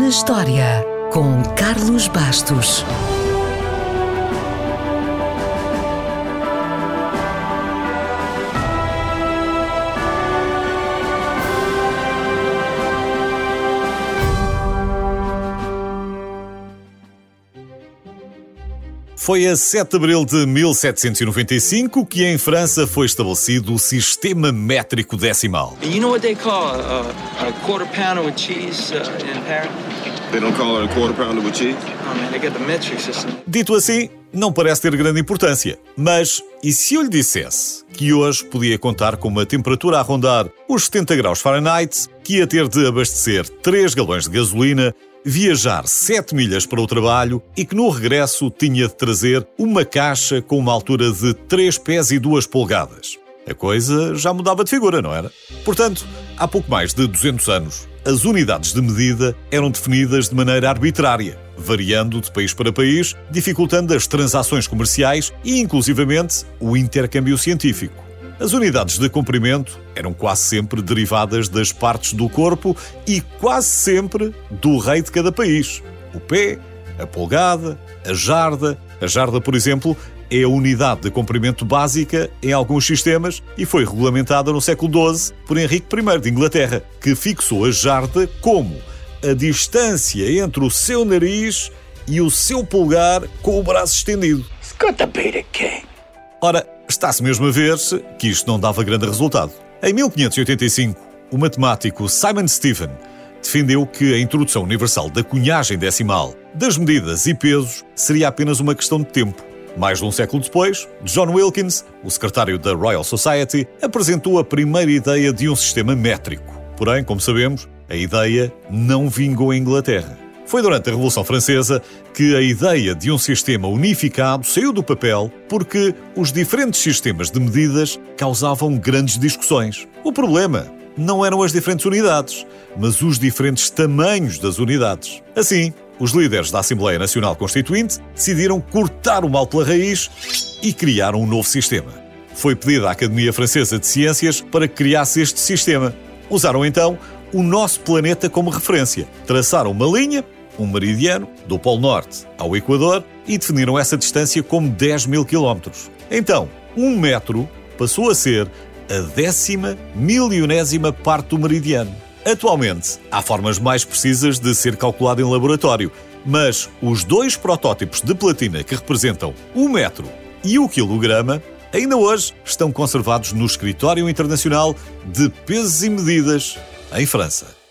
na História, com Carlos Bastos. Foi a 7 de abril de 1795 que em França foi estabelecido o sistema métrico decimal. You know what they call a quarter pounder with cheese in Paris? They don't call it a quarter pounder with cheese? Oh man, they got the metric system. Dito assim, não parece ter grande importância. Mas, e se eu lhe dissesse que hoje podia contar com uma temperatura a rondar os 70 graus Fahrenheit, que ia ter de abastecer 3 galões de gasolina, viajar 7 milhas para o trabalho e que no regresso tinha de trazer uma caixa com uma altura de 3 pés e 2 polegadas. A coisa já mudava de figura, não era? Portanto, há pouco mais de 200 anos, as unidades de medida eram definidas de maneira arbitrária, variando de país para país, dificultando as transações comerciais e, inclusivamente, o intercâmbio científico. As unidades de comprimento eram quase sempre derivadas das partes do corpo e quase sempre do rei de cada país. O pé, a polegada, a jarda. A jarda, por exemplo, é a unidade de comprimento básica em alguns sistemas e foi regulamentada no século XII por Henrique I de Inglaterra, que fixou a jarda como a distância entre o seu nariz e o seu polegar com o braço estendido. Ora, está-se mesmo a ver que isto não dava grande resultado. Em 1585, o matemático Simon Stevin defendeu que a introdução universal da cunhagem decimal, das medidas e pesos, seria apenas uma questão de tempo. Mais de um século depois, John Wilkins, o secretário da Royal Society, apresentou a primeira ideia de um sistema métrico. Porém, como sabemos, a ideia não vingou em Inglaterra. Foi durante a Revolução Francesa que a ideia de um sistema unificado saiu do papel porque os diferentes sistemas de medidas causavam grandes discussões. O problema não eram as diferentes unidades, mas os diferentes tamanhos das unidades. Assim, os líderes da Assembleia Nacional Constituinte decidiram cortar o mal pela raiz e criaram um novo sistema. Foi pedido à Academia Francesa de Ciências para que criasse este sistema. Usaram então o nosso planeta como referência. Traçaram uma linha, um meridiano, do Polo Norte ao Equador e definiram essa distância como 10.000 km. Então, 1 metro passou a ser a 10.000.000ª parte do meridiano. Atualmente, há formas mais precisas de ser calculado em laboratório, mas os 2 protótipos de platina que representam 1 metro e o quilograma ainda hoje estão conservados no Escritório Internacional de Pesos e Medidas, em França.